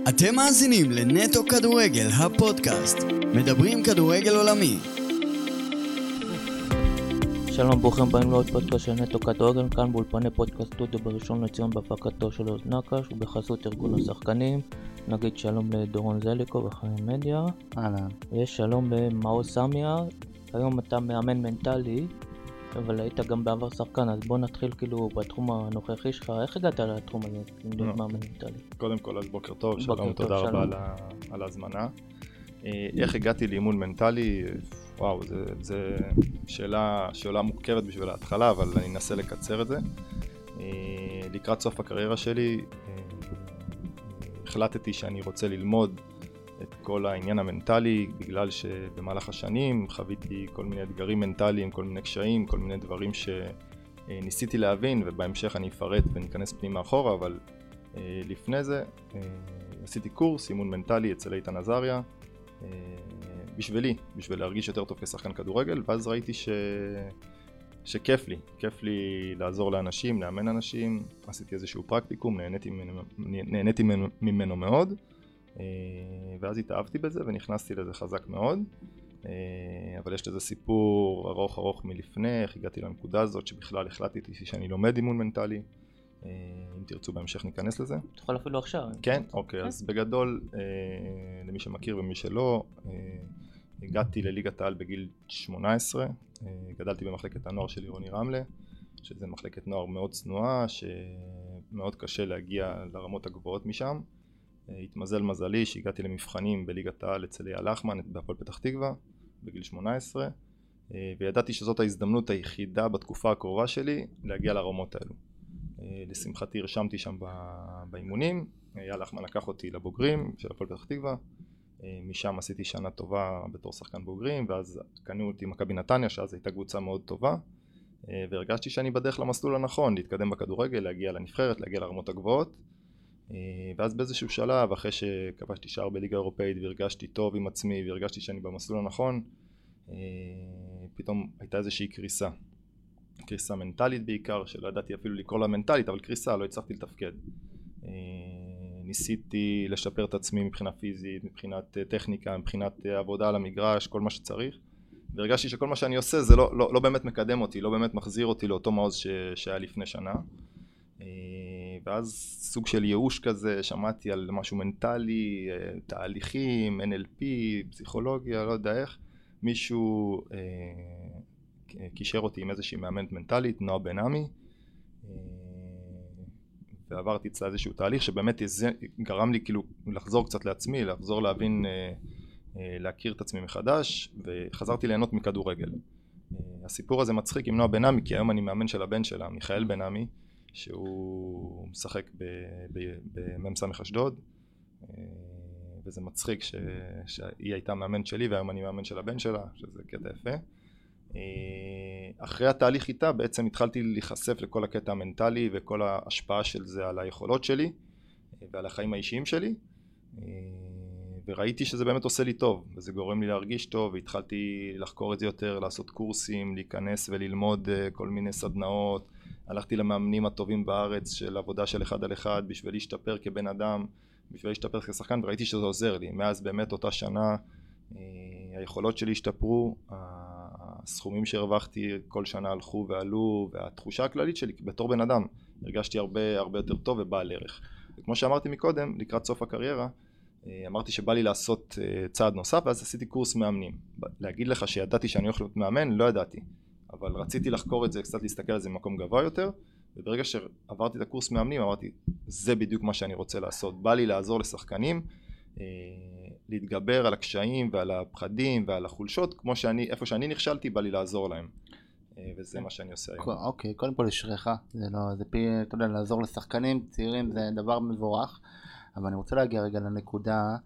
אתם מאזינים לנטו כדורגל, הפודקאסט. מדברים כדורגל עולמי. שלום, ברוכים הבאים לעוד פודקאסט של נטו כדורגל, כאן באולפני פודקאסט סטודיו בראשון לציון בהפקתו של עוז נקש ובחסות ארגון השחקנים. נגיד שלום לדורון זליקו וחיים מדיה. אהלן. ושלום למאור סמיה. היום אתה מאמן מנטלי, אבל היית גם בעבר שחקן, אז בוא נתחיל כאילו בתחום הנוכחי שלך. איך הגעת לתחום הזה, להיות מאמן מנטלי? קודם כל, אז בוקר טוב, שלום, תודה רבה על ההזמנה. איך הגעתי לאימון מנטלי? וואו, זה שאלה מורכבת בשביל ההתחלה, אבל אני אנסה לקצר את זה. לקראת סוף הקריירה שלי, החלטתי שאני רוצה ללמוד את כל העניין המנטלי, בגלל שבמהלך השנים חוויתי כל מיני אתגרים מנטליים, כל מיני קשיים, כל מיני דברים שניסיתי להבין, ובהמשך אני אפרט וניכנס פנימה אחורה, אבל לפני זה עשיתי קורס אימון מנטלי אצל איתן עזריה, בשביל להרגיש יותר טוב כשחקן כדורגל, ואז ראיתי שכיף לי לעזור לאנשים, לאמן אנשים. עשיתי איזשהו פרקטיקום, נהניתי ממנו מאוד, ואז התאהבתי בזה ונכנסתי לזה חזק מאוד. אבל יש לזה סיפור ארוך מלפני, איך הגעתי לנקודה הזאת שבכלל החלטתי שאני לומד אימון מנטלי. אם תרצו בהמשך ניכנס לזה. תוכל אפילו עכשיו. כן, אוקיי, אז בגדול, למי שמכיר ומי שלא, הגעתי לליגת העל בגיל 18, גדלתי במחלקת הנוער של עירוני רמלה, שזה מחלקת נוער מאוד צנועה, שמאוד קשה להגיע לרמות הגבוהות משם. התמזל מזלי שהגעתי למבחנים בליגת העל אצל אייל לחמן בהפועל פתח תקווה בגיל 18, וידעתי שזאת ההזדמנות היחידה בתקופה הקרובה שלי להגיע לרמות האלו. לשמחתי הרשמתי שם באימונים, אייל לחמן לקח אותי לבוגרים של הפועל פתח תקווה, משם עשיתי שנה טובה בתור שחקן בוגרים, ואז קנו אותי מכבי נתניה, שאז הייתה קבוצה מאוד טובה, והרגשתי שאני בדרך למסלול הנכון, להתקדם בכדורגל, להגיע לנבחרת, להגיע לרמות הגבוהות. ואז באיזשהו שלב, אחרי שכבשתי שער בליגה אירופאית והרגשתי טוב עם עצמי והרגשתי שאני במסלול הנכון, פתאום הייתה איזושהי קריסה מנטלית בעיקר, שלא ידעתי אפילו לקרוא לה מנטלית, אבל קריסה, לא הצלחתי לתפקד. ניסיתי לשפר את עצמי מבחינה פיזית, מבחינת טכניקה, מבחינת עבודה על המגרש, כל מה שצריך, והרגשתי שכל מה שאני עושה זה לא באמת מקדם אותי, לא באמת מחזיר אותי לאותו מעוז שהיה לפני שנה. ואז סוג של ייאוש כזה, שמעתי על משהו מנטלי, תהליכים, NLP, פסיכולוגיה, לא יודע איך, מישהו קישר אותי עם איזושהי מאמנת מנטלית, נועה בן עמי, ועברתי אצלה איזשהו תהליך שבאמת גרם לי כאילו לחזור קצת לעצמי, לחזור להבין, להכיר את עצמי מחדש, וחזרתי ליהנות מכדורגל. הסיפור הזה מצחיק עם נועה בן עמי, כי היום אני מאמן של הבן שלה, מיכאל בן עמי, שהוא משחק במ"ס אשדוד, וזה מצחיק שהיא הייתה מאמן שלי והיום אני מאמן של הבן שלה, שזה קטע יפה. אחרי התהליך איתה בעצם התחלתי להיחשף לכל הקטע המנטלי וכל ההשפעה של זה על היכולות שלי ועל החיים האישיים שלי, וראיתי שזה באמת עושה לי טוב וזה גורם לי להרגיש טוב, והתחלתי לחקור את זה יותר, לעשות קורסים, להיכנס וללמוד כל מיני סדנאות. הלכתי למאמנים הטובים בארץ של עבודה של אחד על אחד בשביל להשתפר כבן אדם, בשביל להשתפר כשחקן, וראיתי שזה עוזר לי. מאז באמת אותה שנה היכולות שלי השתפרו, הסכומים שהרווחתי כל שנה הלכו ועלו, והתחושה הכללית שלי בתור בן אדם הרגשתי הרבה יותר טוב ובעל ערך. וכמו שאמרתי מקודם, לקראת סוף הקריירה אמרתי שבא לי לעשות צעד נוסף, ואז עשיתי קורס מאמנים. להגיד לך שידעתי שאני הולך להיות מאמן, לא ידעתי, אבל רציתי לחקור את זה, קצת להסתכל על זה במקום גבוה יותר, וברגע שעברתי את הקורס מאמנים אמרתי, זה בדיוק מה שאני רוצה לעשות. בא לי לעזור לשחקנים להתגבר על הקשיים ועל הפחדים ועל החולשות, כמו שאני, איפה שאני נכשלתי, בא לי לעזור להם, וזה מה שאני עושה היום. אוקיי, קודם כל לשריך, זה פי, אתה יודע, לעזור לשחקנים צעירים זה דבר מבורך, אבל אני רוצה להגיע רגע לנקודה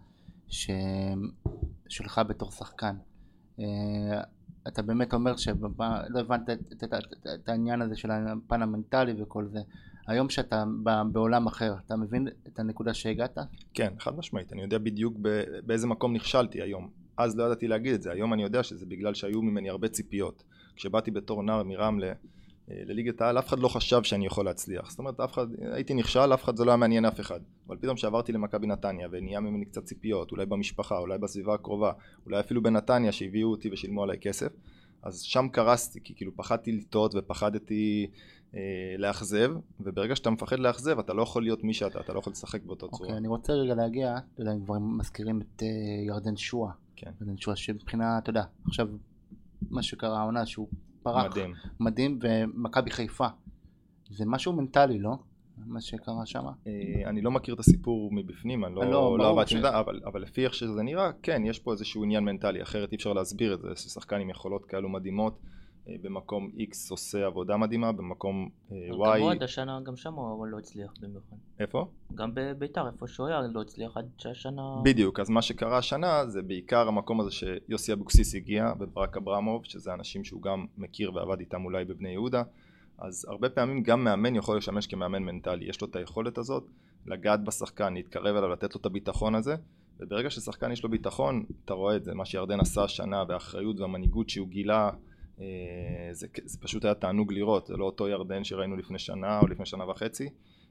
שלך בתור שחקן. אתה באמת אומר שלא הבנת את העניין הזה של הפן המנטלי וכל זה. היום שאתה בעולם אחר, אתה מבין את הנקודה שהגעת? כן, חד משמעית. אני יודע בדיוק באיזה מקום נכשלתי היום. אז לא ידעתי להגיד את זה. היום אני יודע שזה בגלל שהיו ממני הרבה ציפיות. כשבאתי בתור נער מרמלה, לליגת העל אף אחד לא חשב שאני יכול להצליח, זאת אומרת הייתי נכשל, אף אחד זה לא היה מעניין אף אחד, אבל פתאום שעברתי למכבי נתניה ונהיה ממני קצת ציפיות, אולי במשפחה, אולי בסביבה הקרובה, אולי אפילו בנתניה שהביאו אותי ושילמו עליי כסף, אז שם קרסתי, כי כאילו פחדתי לטעות ופחדתי לאכזב, וברגע שאתה מפחד לאכזב אתה לא יכול להיות מי שאתה, אתה לא יכול לשחק באותה צורה. אוקיי, אני רוצה רגע להגיע, אתה יודע, כבר מזכירים את ירדן שואה. כן. ירדן שואה שמבחינה, אתה יודע, עכשיו מה שקרה העונה שהוא פרח. מדהים, ומכבי חיפה. זה משהו מנטלי, לא? מה שקרה שם? אני לא מכיר את הסיפור מבפנים, אני לא עבדתי מדי, אבל לפי איך שזה נראה, כן, יש פה איזשהו עניין מנטלי, אחרת אי אפשר להסביר את זה, ששחקן עם יכולות כאלו מדהימות, במקום X עושה עבודה מדהימה, במקום Y... גם עוד השנה, גם שם הוא לא הצליח במיוחד. איפה? גם בביתר, איפה שהוא היה, לא הצליח עד שהשנה... בדיוק, אז מה שקרה השנה זה בעיקר המקום הזה שיוסי אבוקסיס הגיע, וברק אברמוב, שזה אנשים שהוא גם מכיר ועבד איתם אולי בבני יהודה, אז הרבה פעמים גם מאמן יכול לשמש כמאמן מנטלי, יש לו את היכולת הזאת לגעת בשחקן, להתקרב אליו, לתת לו את הביטחון הזה, וברגע ששחקן יש לו ביטחון, אתה רואה את זה, מה שירדן עשה השנה, והאחריות והמנהיגות שהוא גילה, זה פשוט היה תענוג לראות, זה לא אותו ירדן שראינו לפני שנה או לפני שנה וחצי,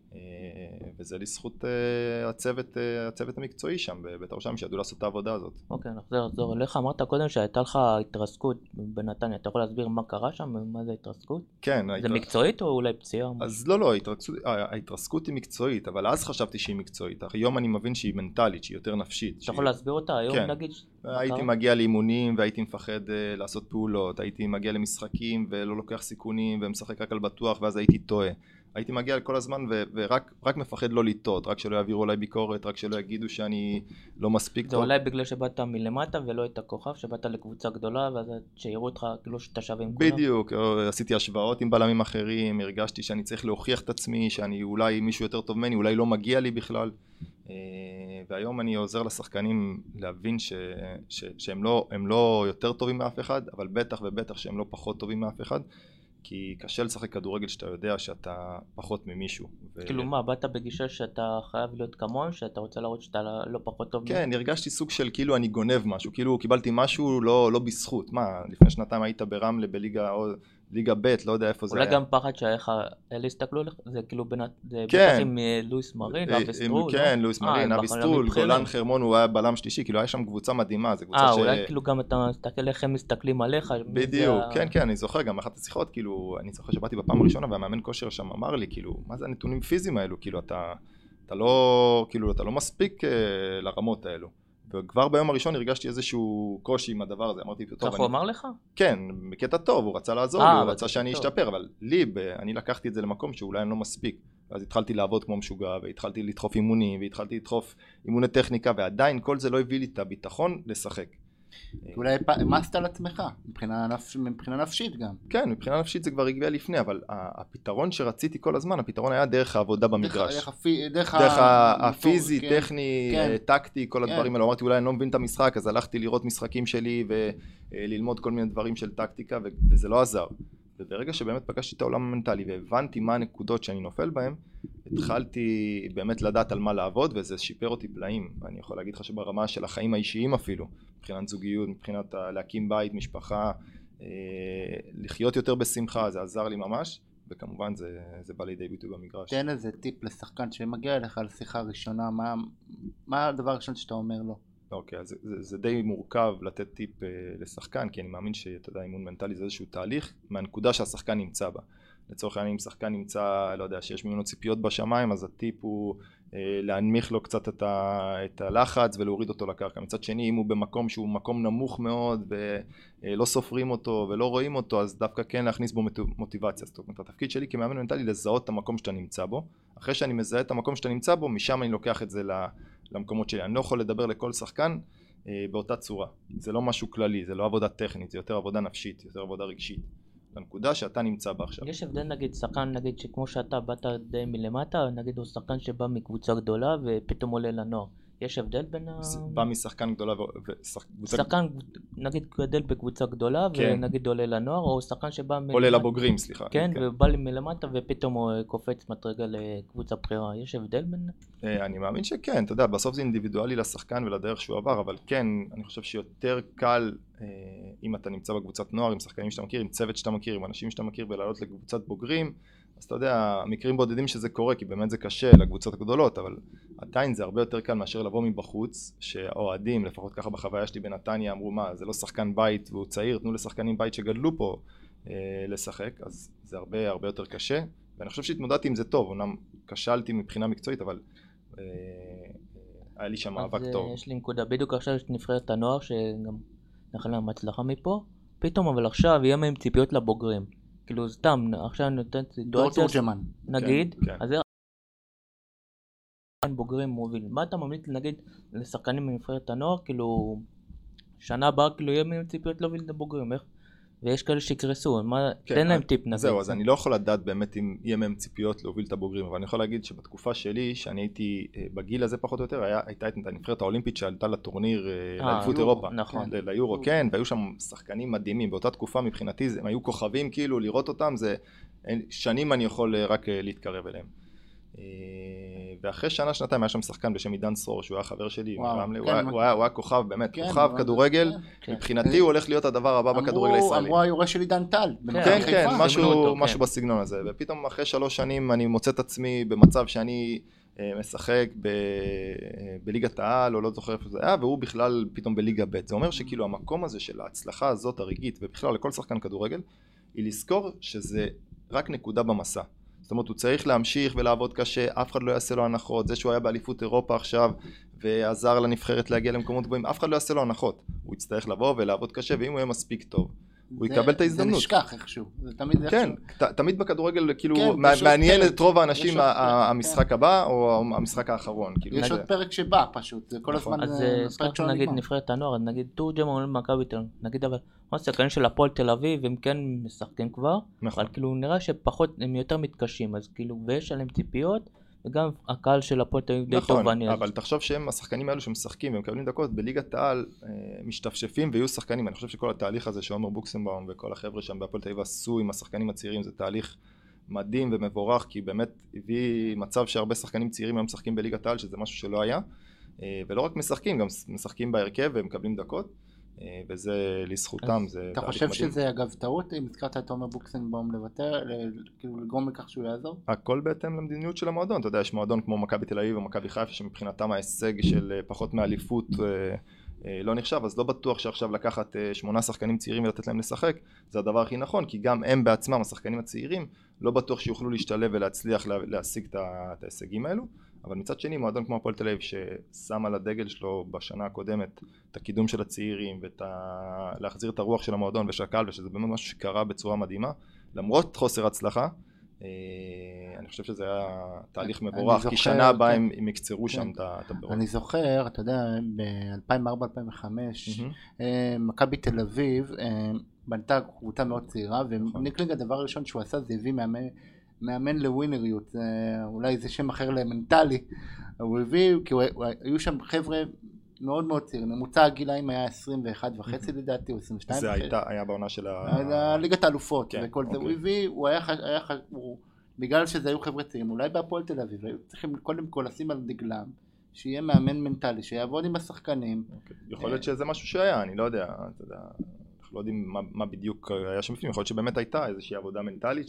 וזה לזכות הצוות המקצועי שם בבית"ר שם שידעו לעשות את העבודה הזאת. אוקיי, נחזור אליך, אמרת קודם שהייתה לך התרסקות בנתניה, אתה יכול להסביר מה קרה שם, מה זה התרסקות? כן. זה מקצועית או אולי פציעה? אז לא, ההתרסקות היא מקצועית, אבל אז חשבתי שהיא מקצועית, היום אני מבין שהיא מנטלית, שהיא יותר נפשית. אתה יכול להסביר אותה היום נגיד? הייתי מגיע לאימונים והייתי מפחד לעשות פעולות, הייתי מגיע למשחקים ולא לוקח סיכונים ומשחק רק על בטוח ואז הייתי טועה. הייתי מגיע כל הזמן ורק מפחד לא לטעות, רק שלא יעבירו עליי ביקורת, רק שלא יגידו שאני לא מספיק טוב. זה אולי בגלל שבאת מלמטה ולא את הכוכב, שבאת לקבוצה גדולה ואז שיראו אותך כאילו שאתה שווה עם כולם. בדיוק, עשיתי השוואות עם בלמים אחרים, הרגשתי שאני צריך להוכיח את עצמי, שאני אולי מישהו יותר טוב ממני, אולי לא מגיע לי בכלל. והיום אני עוזר לשחקנים להבין שהם לא יותר טובים מאף אחד, אבל בטח ובטח שהם לא פחות טובים מאף אחד. כי קשה לשחק כדורגל שאתה יודע שאתה פחות ממישהו. כאילו מה, באת בגישה שאתה חייב להיות כמוהם, שאתה רוצה להראות שאתה לא פחות טוב? כן, הרגשתי סוג של כאילו אני גונב משהו, כאילו קיבלתי משהו לא בזכות. מה, לפני שנתיים היית ברמלה בליגה ב', לא יודע איפה זה היה. אולי גם פחד שאלה הסתכלו לך, זה כאילו בטח עם לואיס מרין, אבי סטרול. כן, לואיס מרין, אבי סטרול, גולן חרמון, הוא היה בלם שלישי, כאילו היה שם קבוצה מדהימה, זה קבוצה אולי כאילו גם אתה מסתכל איך הם מסתכלים עליך. בדיוק, כן, אני זוכר גם אחת השיחות, כאילו, אני זוכר שבאתי בפעם הראשונה והמאמן כושר שם אמר לי, כאילו, מה זה הנתונים פיזיים האלו, כאילו, אתה לא מספיק לרמות האלו. וכבר ביום הראשון הרגשתי איזשהו קושי עם הדבר הזה, אמרתי, טוב, הוא אמר לך? כן, בקטע טוב, הוא רצה לעזור לי, הוא רצה שאני אשתפר, אבל אני לקחתי את זה למקום שאולי אני לא מספיק, ואז התחלתי לעבוד כמו משוגע, והתחלתי לדחוף אימונים, והתחלתי לדחוף אימוני טכניקה, ועדיין כל זה לא הביא לי את הביטחון לשחק. אולי מאסת על עצמך, מבחינה נפשית גם. כן, מבחינה נפשית זה כבר הגיע לפני, אבל הפתרון שרציתי כל הזמן, הפתרון היה דרך העבודה במגרש. דרך הפיזי, טכני, טקטי, כל הדברים האלה. אמרתי, אולי אני לא מבין את המשחק, אז הלכתי לראות משחקים שלי וללמוד כל מיני דברים של טקטיקה, וזה לא עזר. וברגע שבאמת פגשתי את העולם המנטלי והבנתי מה הנקודות שאני נופל בהן, התחלתי באמת לדעת על מה לעבוד, וזה שיפר אותי פלאים. ואני יכול להגיד לך שברמה של החיים האישיים אפילו, מבחינת זוגיות, מבחינת להקים בית, משפחה, לחיות יותר בשמחה, זה עזר לי ממש, וכמובן זה בא לידי ביטוי במגרש. תן איזה טיפ לשחקן שמגיע אליך על שיחה ראשונה, מה הדבר הראשון שאתה אומר לו? אוקיי, אז זה די מורכב לתת טיפ לשחקן, כי אני מאמין שאתה יודע, אימון מנטלי זה איזשהו תהליך מהנקודה שהשחקן נמצא בה. לצורך העניין, אם שחקן נמצא, לא יודע, שיש ממנו ציפיות בשמיים, אז הטיפ הוא להנמיך לו קצת את הלחץ ולהוריד אותו לקרקע. מצד שני, אם הוא במקום שהוא מקום נמוך מאוד ולא סופרים אותו ולא רואים אותו, אז דווקא כן להכניס בו מוטיבציה. זאת אומרת, התפקיד שלי כמאמן מנטלי לזהות את המקום שאתה נמצא בו. אחרי שאני מזהה את המקום שאתה נמצא בו, משם אני לוקח את זה למקומות שלי. אני לא יכול לדבר לכל שחקן באותה צורה. זה לא משהו כללי, זה לא עבודה טכנית, זה יותר עבודה נפשית, יותר עבודה רגשית. לנקודה שאתה נמצא בה עכשיו. יש הבדל נגיד שחקן נגיד שכמו שאתה באת די מלמטה, נגיד הוא שחקן שבא מקבוצה גדולה ופתאום עולה לנוער. יש הבדל בין בא משחקן גדולה שחקן נגיד גדל בקבוצה גדולה ונגיד עולה לנוער, או שחקן שבא עולה לבוגרים, סליחה. כן, ובא לי מלמטה ופתאום הוא קופץ מדרגה לקבוצה בחירה. יש הבדל בין? אני מאמין שכן, אתה יודע, בסוף זה אינדיבידואלי לשחקן ולדרך שהוא עבר, אבל כן, אני חושב שיותר קל אם אתה נמצא בקבוצת נוער, עם שחקנים שאתה מכיר, עם צוות שאתה מכיר, עם אנשים שאתה מכיר, ולעלות לקבוצת בוגרים, אז אתה יודע, מקרים בודדים שזה קורה, כי באמת זה קשה לקבוצות הגדולות, אבל עדיין זה הרבה יותר קל מאשר לבוא מבחוץ, שהאוהדים, לפחות ככה בחוויה שלי בנתניה, אמרו מה, זה לא שחקן בית והוא צעיר, תנו לשחקנים בית שגדלו פה לשחק, אז זה הרבה הרבה יותר קשה, ואני חושב שהתמודדתי עם זה טוב, אומנם כשלתי מבחינה מקצועית, אבל היה לי שם מאבק טוב. יש לי נקודה, בדיוק עכשיו יש נבחרת הנוער, שגם נאחל להם הצלחה מפה, פתאום אבל עכשיו יהיה מהם ציפיות לבוגרים. כאילו סתם, עכשיו אני נותן סיטואציה, נגיד, אז זה בוגרים מוביל. מה אתה ממליץ נגיד לשחקנים מנבחרת הנוער, כאילו שנה הבאה כאילו יהיה מהם ציפיות להוביל את הבוגרים, איך? ויש כאלה שיקרסו, תן להם טיפ נגיד. זהו, אז אני לא יכול לדעת באמת אם יהיה מהם ציפיות להוביל את הבוגרים, אבל אני יכול להגיד שבתקופה שלי, שאני הייתי בגיל הזה פחות או יותר, הייתה את הנבחרת האולימפית שעלתה לטורניר לאליפות אירופה, ליורו, כן, והיו שם שחקנים מדהימים, באותה תקופה מבחינתי הם היו כוכבים כאילו, לראות אותם, זה שנים אני יכול רק להתקרב אליהם. ואחרי שנה שנתיים היה שם שחקן בשם עידן סרור שהוא היה חבר שלי, הוא היה כוכב, באמת כוכב כדורגל, מבחינתי הוא הולך להיות הדבר הבא בכדורגל הישראלי. אמרו היורש של עידן טל. כן, כן, משהו בסגנון הזה, ופתאום אחרי 3 שנים אני מוצא את עצמי במצב שאני משחק בליגת העל או לא זוכר איפה זה היה, והוא בכלל פתאום בליגה ב'. זה אומר שכאילו המקום הזה של ההצלחה הזאת הרגעית ובכלל לכל שחקן כדורגל היא לזכור שזה רק נקודה במסע. זאת אומרת, הוא צריך להמשיך ולעבוד קשה, אף אחד לא יעשה לו הנחות, זה שהוא היה באליפות אירופה עכשיו ועזר לנבחרת להגיע למקומות גבוהים, אף אחד לא יעשה לו הנחות, הוא יצטרך לבוא ולעבוד קשה, ואם הוא יהיה מספיק טוב, הוא יקבל את ההזדמנות. זה נשכח איכשהו, זה תמיד איכשהו. כן, תמיד בכדורגל כאילו מעניין את רוב האנשים המשחק הבא או המשחק האחרון. יש עוד פרק שבא פשוט, זה כל הזמן אז הזכרת נגיד נבחרת הנוער, נגיד תורג'מן עולה מכבי תל אביב, נגיד אבל השחקנים של הפועל תל אביב הם כן משחקים כבר, אבל כאילו נראה שפחות הם יותר מתקשים, אז כאילו ויש עליהם ציפיות, וגם הקהל של הפועל תל אביב די תובעני. נכון, אבל תחשוב שהם השחקנים האלו שמשחקים ומקבלים דקות בליגת העל משתפשפים ויהיו שחקנים. אני חושב שכל התהליך הזה שעומר בוקסנבאום וכל החבר'ה שם בהפועל תל אביב עשו עם השחקנים הצעירים זה תהליך מדהים ומבורך, כי באמת הביא מצב שהרבה שחקנים צעירים היום משחקים בליגת העל, שזה משהו שלא היה, ולא רק משחקים, גם משחקים בהרכב ומקבלים דקות, וזה לזכותם. אתה חושב שזה אגב טעות אם הזכרת את עומר בוקסנבאום לוותר, כאילו לגרום לכך שהוא יעזור? הכל בהתאם למדיניות של המועדון. אתה יודע, יש מועדון כמו מכבי תל אביב או מכבי חיפה שמבחינתם ההישג של פחות מאליפות לא נחשב, אז לא בטוח שעכשיו לקחת 8 שחקנים צעירים ולתת להם לשחק זה הדבר הכי נכון, כי גם הם בעצמם, השחקנים הצעירים, לא בטוח שיוכלו להשתלב ולהצליח להשיג את ההישגים האלו. אבל מצד שני, מועדון כמו הפועל תל אביב ששם על הדגל שלו בשנה הקודמת את הקידום של הצעירים להחזיר את הרוח של המועדון ושל הקהל, ושזה באמת משהו שקרה בצורה מדהימה, למרות חוסר הצלחה, אני חושב שזה היה תהליך מבורך, כי שנה הבאה הם יקצרו שם את הפירות. אני זוכר, אתה יודע, ב-2004-2005, מכבי תל אביב בנתה קבוצה מאוד צעירה, וניקלינג הדבר הראשון שהוא עשה זה הביא מאמן לווינריות, אולי זה שם אחר למנטלי, הוא הביא, כי היו שם חבר'ה מאוד מאוד צעירים, ממוצע הגילאים היה 21.5 לדעתי, או 22. זה היה בעונה של ליגת האלופות וכל זה, הוא הביא, הוא היה בגלל שזה היו חבר'ה צעירים, אולי בהפועל תל אביב, היו צריכים קודם כל לשים על דגלם, שיהיה מאמן מנטלי, שיעבוד עם השחקנים. יכול להיות שזה משהו שהיה, אני לא יודע, אתה יודע. לא יודעים מה בדיוק היה שם בפנים, יכול להיות שבאמת הייתה איזושהי עבודה מנטלית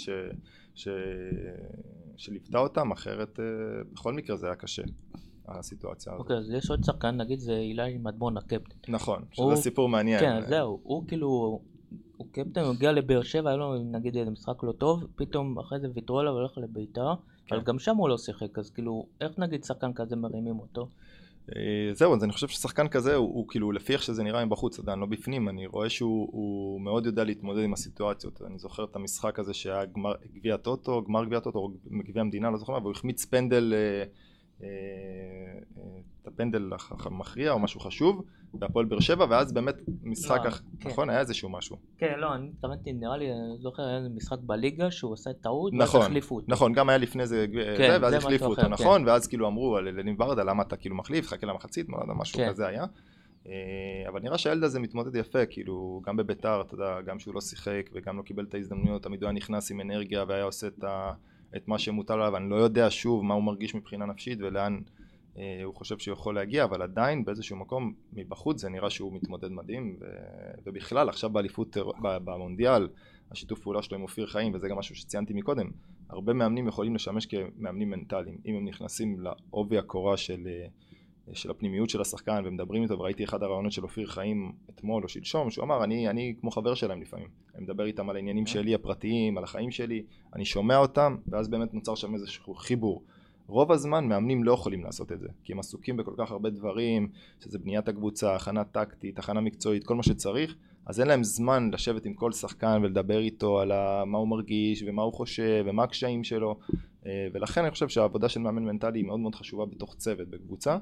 שליוותה אותם, אחרת בכל מקרה זה היה קשה, הסיטואציה הזאת. אוקיי, אז יש עוד שחקן, נגיד זה אילי מדמון, הקפטן. נכון, שזה סיפור מעניין. כן, זהו, הוא כאילו, הוא קפטן, הוא הגיע לבאר שבע, היה לו נגיד איזה משחק לא טוב, פתאום אחרי זה ויתרו עליו והולך לבית"ר, אבל גם שם הוא לא שיחק, אז כאילו, איך נגיד שחקן כזה מרימים אותו? זהו, אז אני חושב ששחקן כזה הוא כאילו לפי איך שזה נראה מבחוץ, עדיין לא בפנים, אני רואה שהוא מאוד יודע להתמודד עם הסיטואציות. אני זוכר את המשחק הזה שהיה גביע טוטו, גמר גביע טוטו או גביע המדינה, לא זוכר מה, והוא החמיץ פנדל, את פנדל מכריע או משהו חשוב, והפועל באר שבע, ואז באמת משחק, נכון, היה איזשהו משהו. כן, לא, אני התכוונתי, נראה לי, זוכר, היה איזה משחק בליגה שהוא עשה טעות, ואז נכון, החליפו אותו. נכון, גם היה לפני זה, כן, ואז זה החליפו משהו אותו, אחר, נכון, ואז כאילו אמרו לניב ברדה, למה אתה כאילו מחליף, חכה למחצית, משהו כזה היה. אבל נראה שהילד הזה מתמודד יפה, כאילו גם בביתר, אתה יודע, גם שהוא לא שיחק וגם לא קיבל את ההזדמנויות, תמיד הוא היה נכנס עם אנרגיה והיה עושה את מה שמוטל עליו. אני לא יודע שוב מה הוא מרגיש מבחינה נפשית ולאן הוא חושב שהוא יכול להגיע, אבל עדיין באיזשהו מקום מבחוץ זה נראה שהוא מתמודד מדהים, ובכלל עכשיו באליפות במונדיאל השיתוף פעולה שלו עם אופיר חיים, וזה גם משהו שציינתי מקודם, הרבה מאמנים יכולים לשמש כמאמנים מנטליים אם הם נכנסים לעובי הקורה של הפנימיות של השחקן ומדברים איתו. וראיתי אחד הרעיונות של אופיר חיים אתמול או שלשום, שהוא אמר אני כמו חבר שלהם לפעמים, אני מדבר איתם על העניינים שלי הפרטיים, על החיים שלי, אני שומע אותם, ואז באמת נוצר שם איזשהו חיבור. רוב הזמן מאמנים לא יכולים לעשות את זה, כי הם עסוקים בכל כך הרבה דברים, שזה בניית הקבוצה, הכנה טקטית, הכנה מקצועית, כל מה שצריך, אז אין להם זמן לשבת עם כל שחקן ולדבר איתו על מה הוא מרגיש ומה הוא חושב ומה הקשיים שלו, ולכן אני חושב שהעבודה של מאמן מנטלי היא מאוד מאוד חשובה בתוך צוות בקבוצה,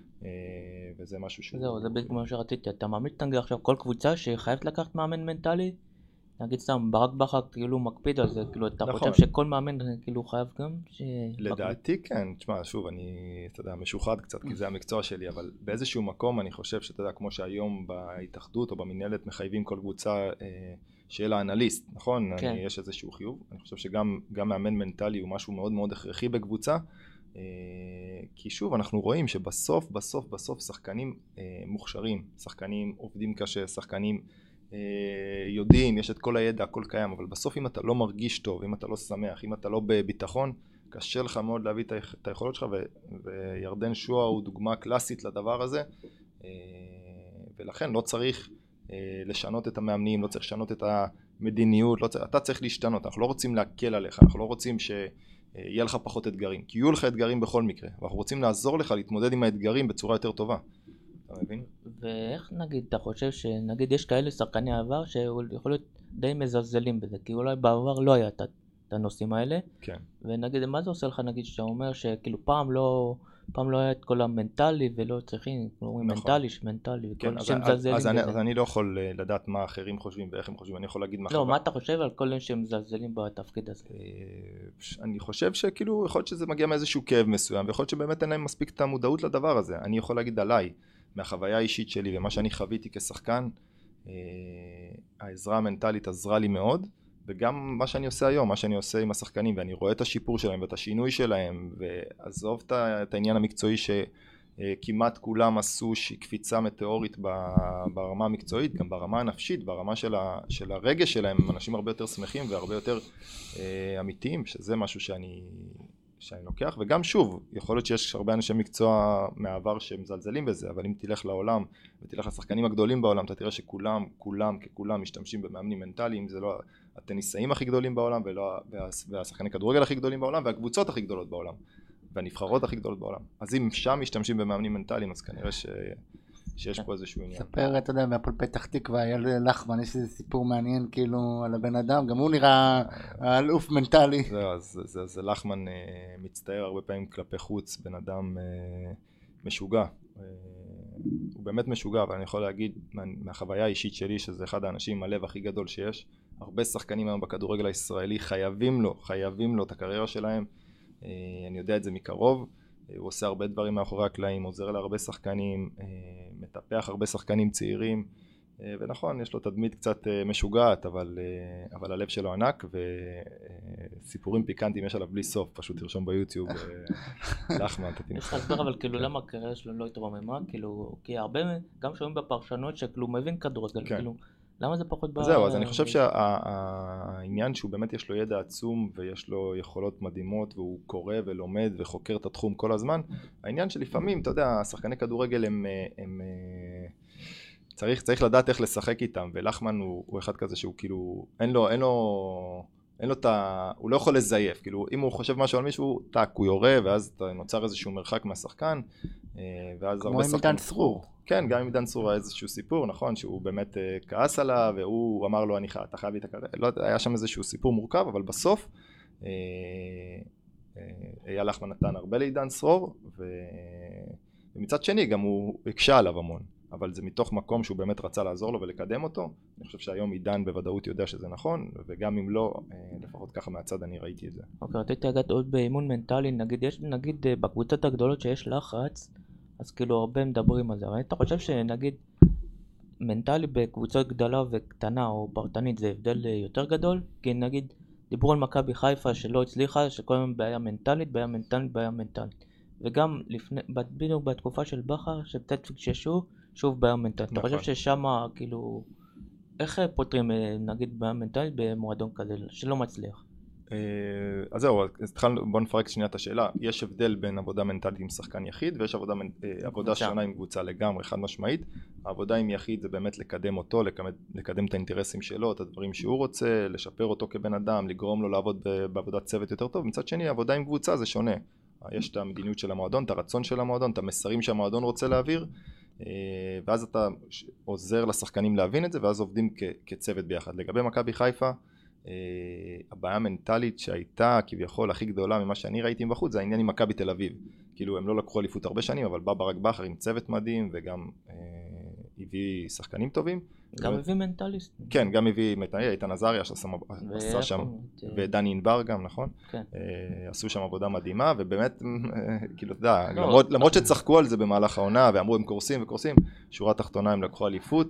וזה משהו שהוא... זהו, זה בדיוק מה שרציתי. אתה מאמין תנגר עכשיו כל קבוצה שחייבת לקחת מאמן מנטלי? נגיד סתם, ברק בכר כאילו מקפיד על זה, כאילו אתה חושב שכל מאמן כאילו חייב גם? לדעתי כן, תשמע, שוב, אתה יודע, משוחד קצת, כי זה המקצוע שלי, אבל באיזשהו מקום אני חושב שאתה יודע, כמו שהיום בהתאחדות או במנהלת מחייבים כל קבוצה שיהיה לה אנליסט, נכון? יש איזשהו חיוב, אני חושב שגם מאמן מנטלי הוא משהו מאוד מאוד הכרחי בקבוצה, כי שוב, אנחנו רואים שבסוף, בסוף שחקנים מוכשרים, שחקנים עובדים קשה, שחקנים יודעים, יש את כל הידע, הכל קיים, אבל בסוף אם אתה לא מרגיש טוב, אם אתה לא שמח, אם אתה לא בביטחון, קשה לך מאוד להביא את היכולות שלך, וירדן שואה הוא דוגמה קלאסית לדבר הזה, ולכן לא צריך לשנות את המאמנים, לא צריך לשנות את המדיניות, אתה צריך להשתנות, אנחנו לא רוצים להקל עליך, אנחנו לא רוצים שיהיה לך פחות אתגרים, כי יהיו לך אתגרים בכל מקרה, ואנחנו רוצים לעזור לך להתמודד עם האתגרים בצורה יותר טובה. אתה מבין? ואיך נגיד, אתה חושב שנגיד יש כאלה שחקני העבר שיכול להיות די מזלזלים בזה, כי אולי בעבר לא היה את הנושאים האלה, כן. ונגיד, מה זה עושה לך נגיד שאתה אומר שכאילו פעם לא היה את כל המנטלי ולא צריכים, אומרים מנטלי וכל שהם מזלזלים בזה. אז אני לא יכול לדעת מה אחרים חושבים ואיך הם חושבים, אני יכול להגיד מה לא, מה אתה חושב על כל אלה שהם מזלזלים בתפקיד הזה? אני חושב שכאילו יכול להיות שזה מגיע מאיזשהו כאב מסוים, ויכול להיות שבאמת אין להם מספיק את המודעות לדבר הזה. אני יכול להגיד עליי, מהחוויה האישית שלי ומה שאני חוויתי כשחקן, העזרה המנטלית עזרה לי מאוד, וגם מה שאני עושה היום, מה שאני עושה עם השחקנים, ואני רואה את השיפור שלהם ואת השינוי שלהם, ועזוב את העניין המקצועי שכמעט כולם עשו קפיצה מטאורית ברמה המקצועית, גם ברמה הנפשית, ברמה של הרגש שלהם, הם אנשים הרבה יותר שמחים והרבה יותר אמיתיים, שזה משהו שאני לוקח. וגם שוב, יכול להיות שיש הרבה אנשי מקצוע מהעבר שמזלזלים בזה, אבל אם תלך לעולם ותלך לשחקנים הגדולים בעולם, אתה תראה שכולם משתמשים במאמנים מנטליים, זה לא הטניסאים הכי גדולים בעולם, והשחקני כדורגל הכי גדולים בעולם, והקבוצות הכי גדולות בעולם, והנבחרות הכי גדולות בעולם. אז אם שם משתמשים במאמנים מנטליים, אז כנראה שיש פה איזשהו עניין. ספר, אתה יודע, מהפועל פתח תקווה, אייל לחמן, יש איזה סיפור מעניין כאילו על הבן אדם, גם הוא נראה אלוף מנטלי. זהו, אז לחמן מצטער הרבה פעמים כלפי חוץ, בן אדם משוגע. הוא באמת משוגע, אבל אני יכול להגיד מהחוויה האישית שלי, שזה אחד האנשים עם הלב הכי גדול שיש. הרבה שחקנים היום בכדורגל הישראלי חייבים לו את הקריירה שלהם. אני יודע את זה מקרוב. הוא עושה הרבה דברים מאחורי הקלעים, עוזר להרבה שחקנים, מטפח הרבה שחקנים צעירים, ונכון, יש לו תדמית קצת משוגעת, אבל הלב שלו ענק, וסיפורים פיקנטיים יש עליו בלי סוף, פשוט תרשום ביוטיוב, לחמן, אתה תמצא. יש לך הסבר, אבל כאילו למה הקריירה שלו לא התרוממה? כאילו, כי הרבה, גם שומעים בפרשנות שכאילו מבין כדורגל, כאילו, למה זה פחות זהו, אז אני חושב שהעניין שהוא באמת יש לו ידע עצום ויש לו יכולות מדהימות והוא קורא ולומד וחוקר את התחום כל הזמן. העניין שלפעמים, אתה יודע, השחקני כדורגל הם צריך לדעת איך לשחק איתם, ולחמן הוא אחד כזה שהוא כאילו, הוא לא יכול לזייף, כאילו אם הוא חושב משהו על מישהו, הוא יורה, ואז נוצר איזשהו מרחק מהשחקן, ואז כמו עם עידן צרור. כן, גם עם עידן צרור היה איזשהו סיפור, נכון, שהוא באמת כעס עליו, והוא אמר לו, אתה חייב להתקרב, לא יודע, היה שם איזשהו סיפור מורכב, אבל בסוף, אייל לחמן נתן הרבה לעידן צרור, ומצד שני גם הוא הקשה עליו המון, אבל זה מתוך מקום שהוא באמת רצה לעזור לו ולקדם אותו. אני חושב שהיום עידן בוודאות יודע שזה נכון, וגם אם לא, לפחות ככה מהצד אני ראיתי את זה. אוקיי, רציתי לגעת עוד באימון מנטלי, נגיד בקבוצות הגדולות שיש לחץ, אז כאילו הרבה מדברים על זה, אבל אתה חושב שנגיד מנטלי בקבוצות גדולה וקטנה או פרטנית זה הבדל יותר גדול? כי נגיד דיברו על מכבי חיפה שלא הצליחה, שכל הזמן בעיה מנטלית, בעיה מנטלית. וגם בדיוק בתקופה של בכר, שקצת פגששו, שוב בעיה מנטלית. אתה חושב ששם כאילו, איך פותרים נגיד בעיה מנטלית במועדון כזה שלא מצליח? אז זהו, בוא נפרק שנייה את השאלה. יש הבדל בין עבודה מנטלית עם שחקן יחיד, ויש עבודה שונה עם קבוצה לגמרי, חד משמעית. העבודה עם יחיד זה באמת לקדם אותו, לקדם את האינטרסים שלו, את הדברים שהוא רוצה, לשפר אותו כבן אדם, לגרום לו לעבוד בעבודת צוות יותר טוב. מצד שני, העבודה עם קבוצה זה שונה. יש את המדיניות של המועדון, את הרצון של המועדון, את המסרים שהמועדון רוצה להעביר, ואז אתה עוזר לשחקנים להבין את זה, ואז עובדים כצוות ביחד. לגבי מכבי חיפה, הבעיה המנטלית שהייתה כביכול הכי גדולה ממה שאני ראיתי בחוץ, זה העניין עם מכבי תל אביב. כאילו הם לא לקחו אליפות הרבה שנים, אבל בא ברק בכר עם צוות מדהים, וגם הביא שחקנים טובים. גם הביא מנטליסט. כן, גם הביא איתן עזריה שעשה שם, ודני ענבר גם, נכון? כן. עשו שם עבודה מדהימה, ובאמת, כאילו, אתה יודע, למרות שצחקו על זה במהלך העונה, ואמרו הם קורסים וקורסים, שורה תחתונה הם לקחו אליפות,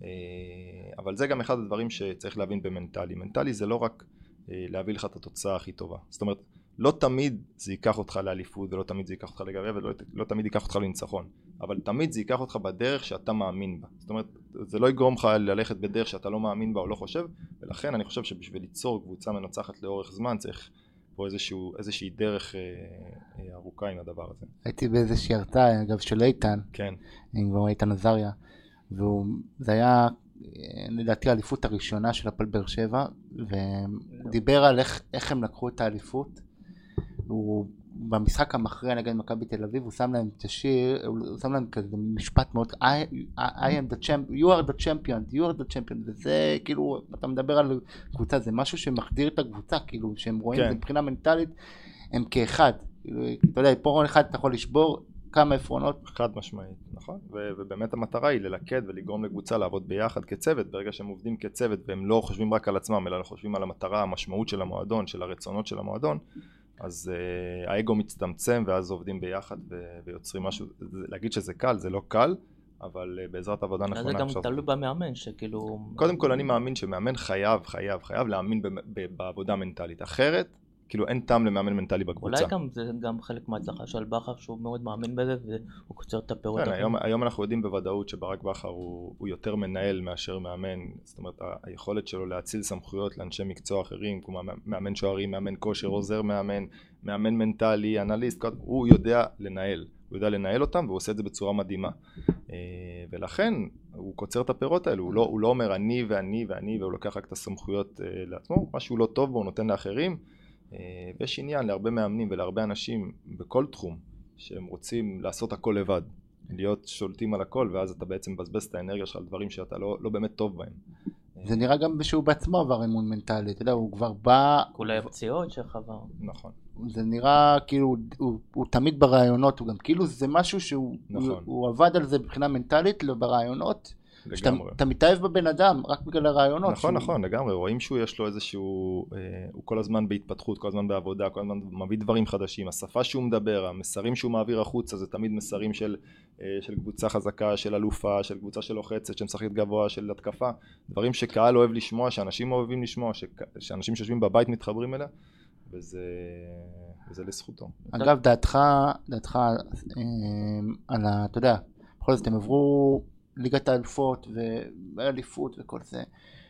אבל זה גם אחד הדברים שצריך להבין במנטלי. מנטלי זה לא רק להביא לך את התוצאה הכי טובה. זאת אומרת, לא תמיד זה ייקח אותך לאליפות, ולא תמיד זה ייקח אותך לגביע, ולא תמיד ייקח אותך לניצחון. אבל תמיד זה ייקח אותך בדרך שאתה מאמין בה. זאת אומרת, זה לא יגרום לך ללכת בדרך שאתה לא מאמין בה או לא חושב, ולכן אני חושב שבשביל ליצור קבוצה מנצחת לאורך זמן, צריך פה איזושהי דרך ארוכה עם הדבר הזה. הייתי באיזושהי הרצאה, אגב, של איתן. כן. עם איתן עזריה, וזה היה לדעתי האליפות הראשונה של הפועל באר שבע, והוא דיבר על איך הם לקחו את האליפות. הוא במשחק המכריע נגד מכבי תל אביב, הוא שם להם את השיר, הוא שם להם כזה משפט מאוד, I am the champion, you are the champion, וזה כאילו, אתה מדבר על קבוצה, זה משהו שמחדיר את הקבוצה, כאילו, שהם רואים, כן. מבחינה מנטלית, הם כאחד, כאילו, אתה יודע, פורון אחד אתה יכול לשבור כמה עפרונות. חד משמעית, נכון, ובאמת המטרה היא ללכד ולגרום לקבוצה לעבוד ביחד כצוות, ברגע שהם עובדים כצוות, והם לא חושבים רק על עצמם, אלא חושבים על המטרה, המשמעות של המועדון, של הרצונות של המועדון, אז האגו מצטמצם ואז עובדים ביחד ויוצרים משהו. להגיד שזה קל, זה לא קל, אבל בעזרת עבודה נכונה. זה גם תלוי במאמן שכאילו... קודם כל אני מאמין שמאמן חייב להאמין בעבודה מנטלית. אחרת, כאילו אין טעם למאמן מנטלי בקבוצה. אולי גם זה גם חלק מההצלחה של בכר שהוא מאוד מאמין בזה והוא קוצר את הפירות. כן, היום אנחנו יודעים בוודאות שברק בכר הוא יותר מנהל מאשר מאמן. זאת אומרת, היכולת שלו להציל סמכויות לאנשי מקצוע אחרים, כמו מאמן שוערים, מאמן כושר, עוזר מאמן מנטלי, אנליסט, הוא יודע לנהל. הוא יודע לנהל אותם והוא עושה את זה בצורה מדהימה. ולכן הוא קוצר את הפירות האלו. הוא לא אומר אני ואני ואני, והוא לוקח רק את הסמכויות לעצמו. משהו לא טוב בו הוא נותן לאחרים. ויש עניין להרבה מאמנים ולהרבה אנשים בכל תחום שהם רוצים לעשות הכל לבד, להיות שולטים על הכל, ואז אתה בעצם מבזבז את האנרגיה שלך על דברים שאתה לא באמת טוב בהם. זה נראה גם שהוא בעצמו עבר אימון מנטלי, אתה יודע, הוא כבר בא... כולי הפציעות שחבר. נכון. זה נראה כאילו, הוא תמיד ברעיונות, הוא גם כאילו זה משהו שהוא נכון. הוא עבד על זה מבחינה מנטלית, לא ברעיונות. לגמרי. אתה מתאהב בבן אדם רק בגלל הרעיונות. נכון, לגמרי. רואים שהוא יש לו איזשהו, הוא כל הזמן בהתפתחות, כל הזמן בעבודה, כל הזמן מביא דברים חדשים. השפה שהוא מדבר, המסרים שהוא מעביר החוצה, זה תמיד מסרים של קבוצה חזקה, של אלופה, של קבוצה שלוחצת, שמשחקת גבוה, של התקפה. דברים שקהל אוהב לשמוע, שאנשים אוהבים לשמוע, שאנשים שיושבים בבית מתחברים אליה, וזה לזכותו. אגב, דעתך על אתה יודע, בכל זאת הם עברו ליגת האלופות ואליפות וכל זה,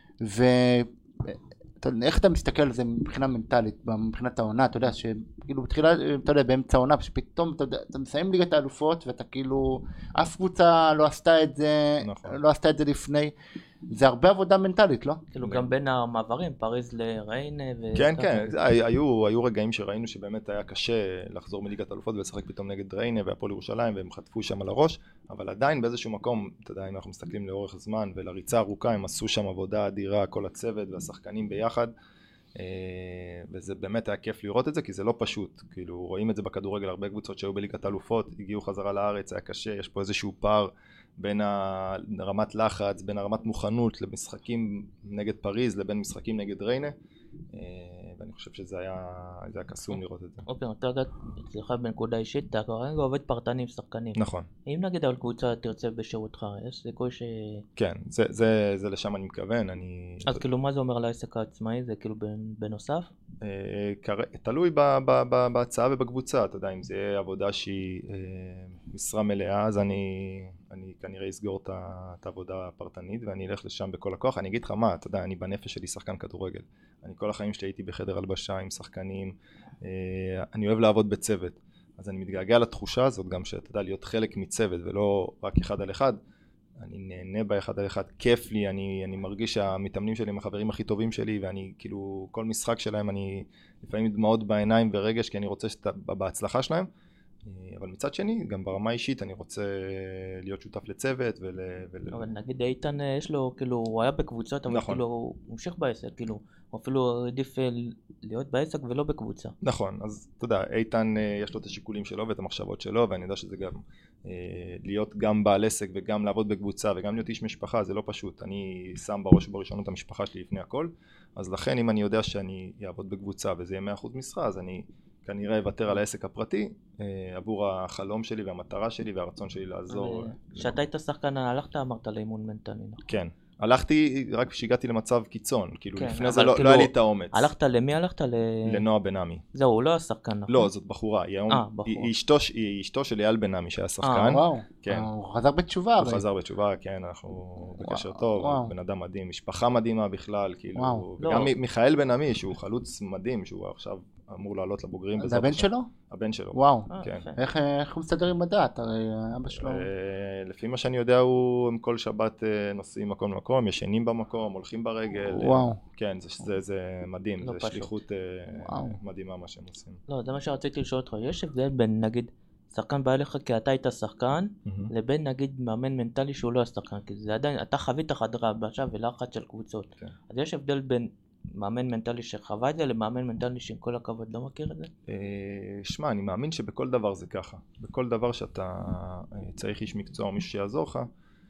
ואיך אתה מסתכל על זה מבחינה מנטלית, מבחינת העונה, אתה יודע שכאילו בתחילה, אתה יודע, באמצע העונה, שפתאום אתה מסיים ליגת האלופות ואתה כאילו, אף קבוצה לא עשתה את זה, לא עשתה את זה לפני, זה הרבה עבודה מנטלית, לא? כאילו גם בין המעברים, פריז לריינה כן, היו רגעים שראינו שבאמת היה קשה לחזור מליגת האלופות ולשחק פתאום נגד ריינה והפועל ירושלים, והם חטפו שם על הראש, אבל עדיין באיזשהו מקום, אתה יודע, אם אנחנו מסתכלים לאורך זמן ולריצה ארוכה, הם עשו שם עבודה אדירה, כל הצוות והשחקנים ביחד, וזה באמת היה כיף לראות את זה, כי זה לא פשוט, כאילו רואים את זה בכדורגל, הרבה קבוצות שהיו בליגת האלופות, הגיעו חזרה לארץ, היה קשה, יש פה איזשהו פער בין רמת לחץ, בין הרמת מוכנות למשחקים נגד פריז, לבין משחקים נגד ריינה, ואני חושב שזה היה קסום לראות את זה. אוקיי, אתה יודעת, אצלך בנקודה אישית, אתה כרגע עובד פרטני עם שחקנים. נכון. אם נגיד על קבוצה תרצה בשירותך, יש סיכוי ש... כן, זה לשם אני מכוון, אז כאילו מה זה אומר לעסק העצמאי? זה כאילו בנוסף? תלוי בהצעה ובקבוצה, אתה יודע, אם זה יהיה עבודה שהיא משרה מלאה, אז אני כנראה אסגור את העבודה הפרטנית ואני אלך לשם בכל הכוח. אני אגיד לך מה, אתה יודע, אני בנפש שלי שחקן כדורגל, אני כל החיים שלי הייתי בחדר הלבשה עם שחקנים, אני אוהב לעבוד בצוות, אז אני מתגעגע לתחושה הזאת גם שאתה יודע, להיות חלק מצוות ולא רק אחד על אחד, אני נהנה באחד על אחד, כיף לי, אני מרגיש שהמתאמנים שלי הם החברים הכי טובים שלי, ואני כאילו, כל משחק שלהם אני לפעמים דמעות בעיניים ורגש, כי אני רוצה בהצלחה שלהם, אבל מצד שני, גם ברמה אישית אני רוצה להיות שותף לצוות אבל נגיד איתן יש לו, כאילו, הוא היה בקבוצות, אבל כאילו, הוא המשיך בעסק, כאילו, הוא אפילו עדיף להיות בעסק ולא בקבוצה. נכון, אז אתה יודע, איתן יש לו את השיקולים שלו ואת המחשבות שלו, ואני יודע שזה גם להיות גם בעל עסק וגם לעבוד בקבוצה וגם להיות איש משפחה, זה לא פשוט. אני שם בראש ובראשונה את המשפחה שלי לפני הכל, אז לכן אם אני יודע שאני אעבוד בקבוצה וזה יהיה 100% משרה, אז אני כנראה אוותר על העסק הפרטי עבור החלום שלי והמטרה שלי והרצון שלי לעזור. כשאתה היית שחקן, הלכת אמרת לאימון מנטלי, נכון? כן. הלכתי רק כשהגעתי למצב קיצון, כאילו לפני זה לא היה לי את האומץ. הלכת למי הלכת? לנועה בן עמי. זהו, הוא לא השחקן, נכון? לא, זאת בחורה, היא אשתו של אייל בן עמי שהיה שחקן. וואו, הוא חזר בתשובה. הוא חזר בתשובה, כן, אנחנו בקשר טוב, בן אדם מדהים, משפחה מדהימה בכלל, כאילו, וגם מיכאל בן עמי שהוא חלוץ מדהים, שהוא עכשיו אמור לעלות לבוגרים. זה הבן שלו? הבן שלו. וואו, כן. איך הוא מסתדר עם הדת? הרי אבא שלו... לפי מה שאני יודע, הם כל שבת נוסעים מקום למקום, ישנים במקום, הולכים ברגל. וואו. כן, זה מדהים, זה שליחות מדהימה מה שהם עושים. לא, זה מה שרציתי לשאול אותך, יש הבדל בין נגיד שחקן בא אליך כי אתה היית שחקן, לבין נגיד מאמן מנטלי שהוא לא השחקן, כי זה עדיין, אתה חווית חדרי הלבשה ולחץ של קבוצות. אז יש הבדל בין מאמן מנטלי שחווה את זה למאמן מנטלי שעם כל הכבוד לא מכיר את זה? שמע, אני מאמין שבכל דבר זה ככה. בכל דבר שאתה צריך איש מקצוע או מישהו שיעזור לך,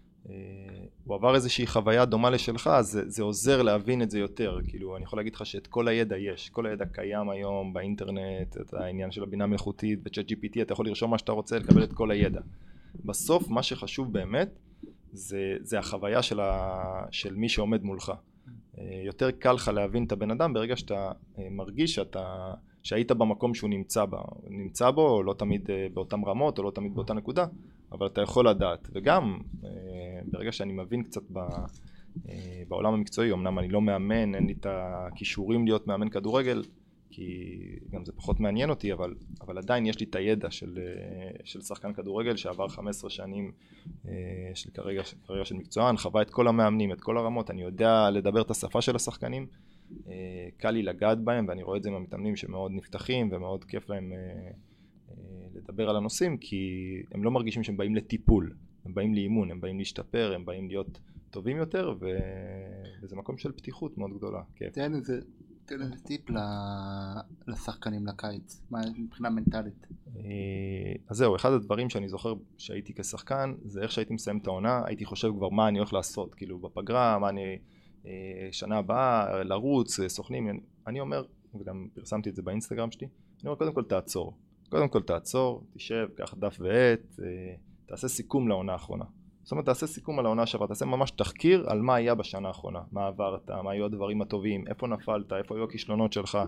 הוא עבר איזושהי חוויה דומה לשלך, אז זה עוזר להבין את זה יותר. כאילו, אני יכול להגיד לך שאת כל הידע יש, כל הידע קיים היום באינטרנט, את העניין של הבינה מלאכותית, ב-Chat GPT, אתה יכול לרשום מה שאתה רוצה, לקבל את כל הידע. בסוף, מה שחשוב באמת, זה החוויה של מי שעומד מולך. יותר קל לך להבין את הבן אדם ברגע שאתה מרגיש שהיית במקום שהוא נמצא בו, לא תמיד באותם רמות או לא תמיד באותה נקודה, אבל אתה יכול לדעת. וגם ברגע שאני מבין קצת בעולם המקצועי, אמנם אני לא מאמן, אין לי את הכישורים להיות מאמן כדורגל, כי גם זה פחות מעניין אותי, אבל עדיין יש לי את הידע של שחקן כדורגל שעבר 15 שנים של קריירה של מקצוען, חווה את כל המאמנים, את כל הרמות, אני יודע לדבר את השפה של השחקנים, קל לי לגעת בהם, ואני רואה את זה עם המתאמנים שמאוד נפתחים ומאוד כיף להם לדבר על הנושאים, כי הם לא מרגישים שהם באים לטיפול, הם באים לאימון, הם באים להשתפר, הם באים להיות טובים יותר, וזה מקום של פתיחות מאוד גדולה. תן איזה טיפ לשחקנים לקיץ, מבחינה מנטלית. אז זהו, אחד הדברים שאני זוכר שהייתי כשחקן, זה איך שהייתי מסיים את העונה, הייתי חושב כבר מה אני הולך לעשות, כאילו בפגרה, מה אני שנה הבאה, לרוץ, סוכנים, אני אומר, וגם פרסמתי את זה באינסטגרם שלי, אני אומר קודם כל תעצור, תשב, קח דף ועט, תעשה סיכום לעונה האחרונה. זאת אומרת, תעשה סיכום על העונה שעברה, תעשה ממש תחקיר על מה היה בשנה האחרונה, מה עברת, מה היו הדברים הטובים, איפה נפלת, איפה היו הכישלונות שלך,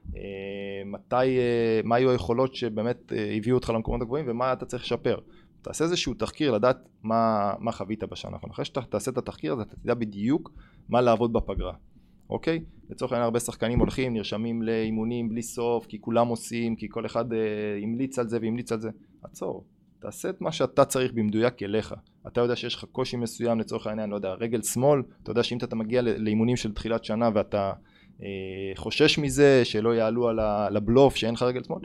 מה היו היכולות שבאמת הביאו אותך למקומות הגבוהים ומה אתה צריך לשפר. תעשה איזשהו תחקיר לדעת מה חווית בשנה האחרונה. אחרי שאתה תעשה את התחקיר הזה, אתה תדע בדיוק מה לעבוד בפגרה. אוקיי? לצורך העניין הרבה שחקנים הולכים, נרשמים לאימונים בלי סוף, כי כולם עושים, כי כל אחד המליץ על זה והמליץ על זה. עצור. תעשה את מה שאתה צריך במדויק אליך. אתה יודע שיש לך קושי מסוים לצורך העניין, לא יודע, רגל שמאל, אתה יודע שאם אתה מגיע לאימונים של תחילת שנה ואתה חושש מזה שלא יעלו על הבלוף שאין לך רגל שמאל,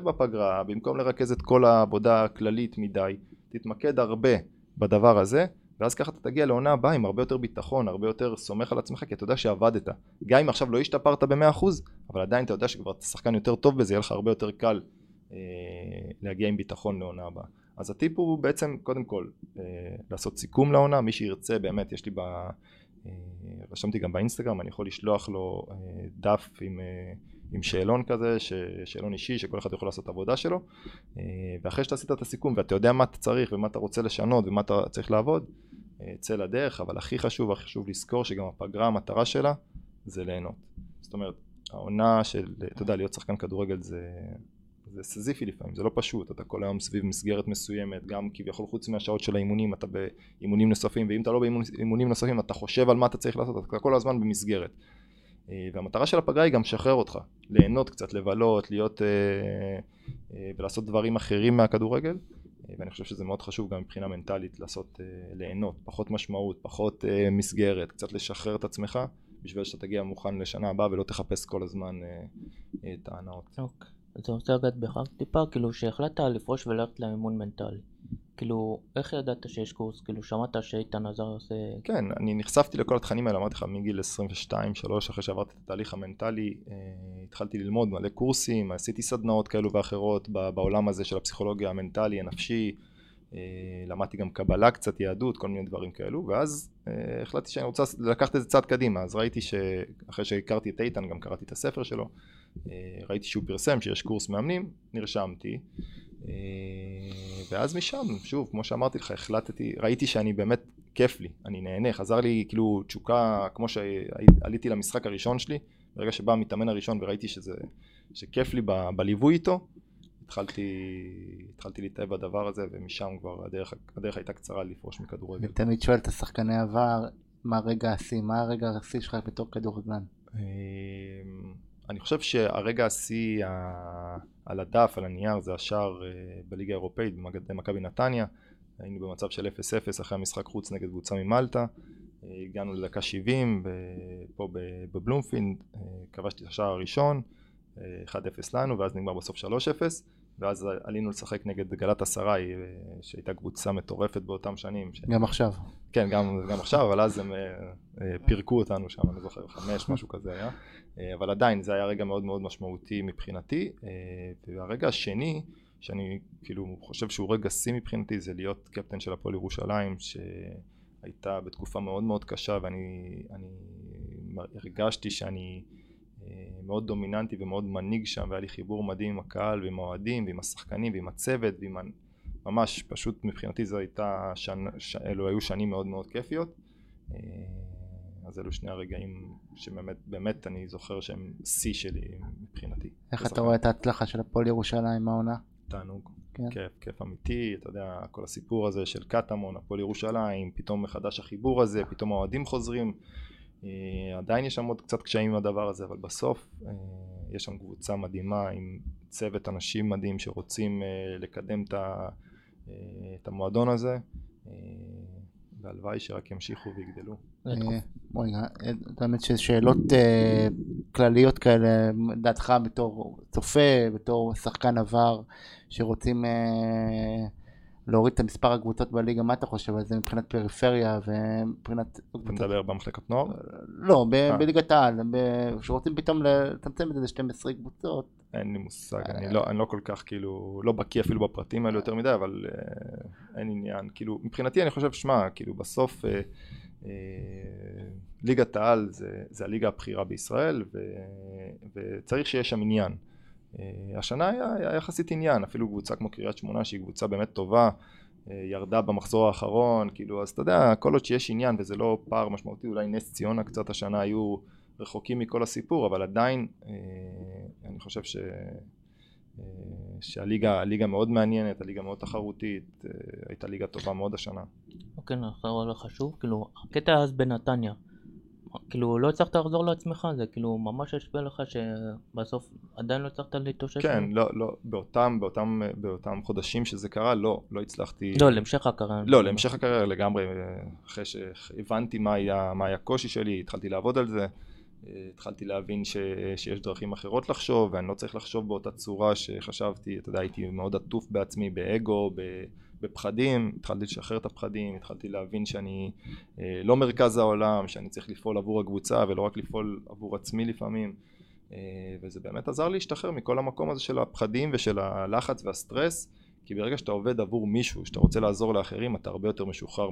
שבפגרה, במקום לרכז את כל העבודה הכללית מדי, תתמקד הרבה בדבר הזה, ואז ככה אתה תגיע לעונה הבאה עם הרבה יותר ביטחון, הרבה יותר סומך על עצמך, כי אתה יודע שעבדת. גם אם עכשיו לא השתפרת ב100%, אבל עדיין אתה יודע שכבר אתה שחקן יותר טוב, וזה יהיה לך הרבה יותר קל להגיע עם ביטחון לעונה הבאה. אז הטיפ הוא בעצם, קודם כל, לעשות סיכום לעונה, מי שירצה באמת, יש לי רשמתי גם באינסטגרם, אני יכול לשלוח לו דף עם שאלון כזה, שאלון אישי, שכל אחד יכול לעשות עבודה שלו, ואחרי שאתה עשית את הסיכום, ואתה יודע מה אתה צריך, ומה אתה רוצה לשנות, ומה אתה צריך לעבוד, צא לדרך, אבל הכי חשוב לזכור שגם הפגרה, המטרה שלה, זה ליהנות. זאת אומרת, העונה של, אתה יודע, להיות שחקן כדורגל זה סזיפי לפעמים, זה לא פשוט, אתה כל היום סביב מסגרת מסוימת, גם כביכול חוץ מהשעות של האימונים, אתה באימונים נוספים, ואם אתה לא באימונים נוספים, אתה חושב על מה אתה צריך לעשות, אתה כל הזמן במסגרת. והמטרה של הפגרה היא גם לשחרר אותך, ליהנות קצת, לבלות, להיות ולעשות דברים אחרים מהכדורגל, ואני חושב שזה מאוד חשוב גם מבחינה מנטלית לעשות, ליהנות, פחות משמעות, פחות מסגרת, קצת לשחרר את עצמך, בשביל שאתה תגיע מוכן לשנה הבאה ולא תחפש כל הזמן את ההנאות. אוקיי. אז אני רוצה לגעת בך טיפה, כאילו שהחלטת לפרוש וללכת לאימון מנטלי. כאילו, איך ידעת שיש קורס? כאילו, שמעת שאיתן עזר עושה... כן, אני נחשפתי לכל התכנים האלה, אמרתי לך, מגיל 22-3, אחרי שעברתי את התהליך המנטלי, התחלתי ללמוד מלא קורסים, עשיתי סדנאות כאלו ואחרות בעולם הזה של הפסיכולוגיה המנטלי, הנפשי, למדתי גם קבלה קצת, יהדות, כל מיני דברים כאלו, ואז החלטתי שאני רוצה לקחת את זה צעד קדימה, אז ראיתי שאחרי שהכרתי את איתן, גם קראתי את הספר שלו, ראיתי שהוא פרסם שיש קורס מאמנים, נרשמתי, ואז משם, שוב, כמו שאמרתי לך, ראיתי שאני באמת כיף לי, אני נהנה, חזר לי כאילו תשוקה, כמו שעליתי למשחק הראשון שלי, ברגע שבא המתאמן הראשון וראיתי שכיף לי בליווי איתו, התחלתי להתאהב בדבר הזה, ומשם כבר הדרך הייתה קצרה לפרוש מכדורגל. ותמיד שואל את השחקני עבר, מה הרגע השיא? מה הרגע השיא שלך בתור כדורגלן? אני חושב שהרגע השיא על הדף, על הנייר, זה השער בליגה האירופאית, במכבי נתניה. היינו במצב של 0-0 אחרי המשחק חוץ נגד קבוצה ממלטה. הגענו לדקה 70, פה בבלומפילד, כבשתי את השער הראשון, 1-0 לנו, ואז נגמר בסוף 3-0. ואז עלינו לשחק נגד גלאטסראי, שהייתה קבוצה מטורפת באותם שנים. גם עכשיו. כן, גם עכשיו, אבל אז הם פירקו אותנו שם, אני זוכר, 5, משהו כזה היה. אבל עדיין זה היה רגע מאוד מאוד משמעותי מבחינתי. והרגע השני, שאני כאילו חושב שהוא רגע שיא מבחינתי, זה להיות קפטן של הפועל ירושלים, שהייתה בתקופה מאוד מאוד קשה, ואני הרגשתי שאני מאוד דומיננטי ומאוד מנהיג שם, והיה לי חיבור מדהים עם הקהל ועם האוהדים ועם השחקנים ועם הצוות ועם ממש פשוט מבחינתי זו הייתה אלו היו שנים מאוד מאוד כיפיות. אז אלו שני הרגעים שבאמת באמת אני זוכר שהם שיא שלי מבחינתי. איך אתה רואה את ההצלחה של הפועל ירושלים העונה? תענוג, כיף אמיתי, אתה יודע, כל הסיפור הזה של קטמון, הפועל ירושלים, פתאום מחדש החיבור הזה, פתאום האוהדים חוזרים, עדיין יש שם עוד קצת קשיים עם הדבר הזה, אבל בסוף יש שם קבוצה מדהימה עם צוות אנשים מדהים שרוצים לקדם את המועדון הזה, והלוואי שרק ימשיכו ויגדלו. באמת ששאלות כלליות כאלה, דעתך בתור צופה, בתור שחקן עבר שרוצים להוריד את המספר הקבוצות בליגה, מה אתה חושב על זה מבחינת פריפריה ומבחינת... אתה מדבר במחלקת נוער? לא, בליגת העל, שרוצים פתאום לצמצם את זה 12 קבוצות. אין לי מושג, אני לא כל כך כאילו, לא בקיא אפילו בפרטים האלו יותר מדי, אבל אין עניין, כאילו, מבחינתי אני חושב, שמה, כאילו בסוף ליגת העל זה הליגה הבכירה בישראל, וצריך שיש שם עניין. השנה היה יחסית עניין, אפילו קבוצה כמו קריית שמונה שהיא קבוצה באמת טובה, ירדה במחזור האחרון, כאילו, אז אתה יודע, כל עוד שיש עניין וזה לא פער משמעותי, אולי נס ציונה קצת השנה היו רחוקים מכל הסיפור, אבל עדיין אני חושב שהליגה מאוד מעניינת, הליגה מאוד תחרותית, הייתה ליגה טובה מאוד השנה. אוקיי, נחזור לחשוב, כאילו, הקטע אז בנתניה, כאילו לא הצלחת לחזור לעצמך, זה כאילו ממש השפיע לך שבסוף עדיין לא הצלחת להתאושש? כן, לא, באותם חודשים שזה קרה, לא הצלחתי... לא, להמשך הקריירה. לא, להמשך הקריירה לגמרי, אחרי שהבנתי מה היה הקושי שלי, התחלתי לעבוד על זה, התחלתי להבין שיש דרכים אחרות לחשוב, ואני לא צריך לחשוב באותה צורה שחשבתי, אתה יודע, הייתי מאוד עטוף בעצמי, באגו, בפחדים, התחלתי לשחרר את הפחדים, התחלתי להבין שאני לא מרכז העולם, שאני צריך לפעול עבור הקבוצה ולא רק לפעול עבור עצמי לפעמים, וזה באמת עזר לי להשתחרר מכל המקום הזה של הפחדים ושל הלחץ והסטרס, כי ברגע שאתה עובד עבור מישהו, שאתה רוצה לעזור לאחרים, אתה הרבה יותר משוחרר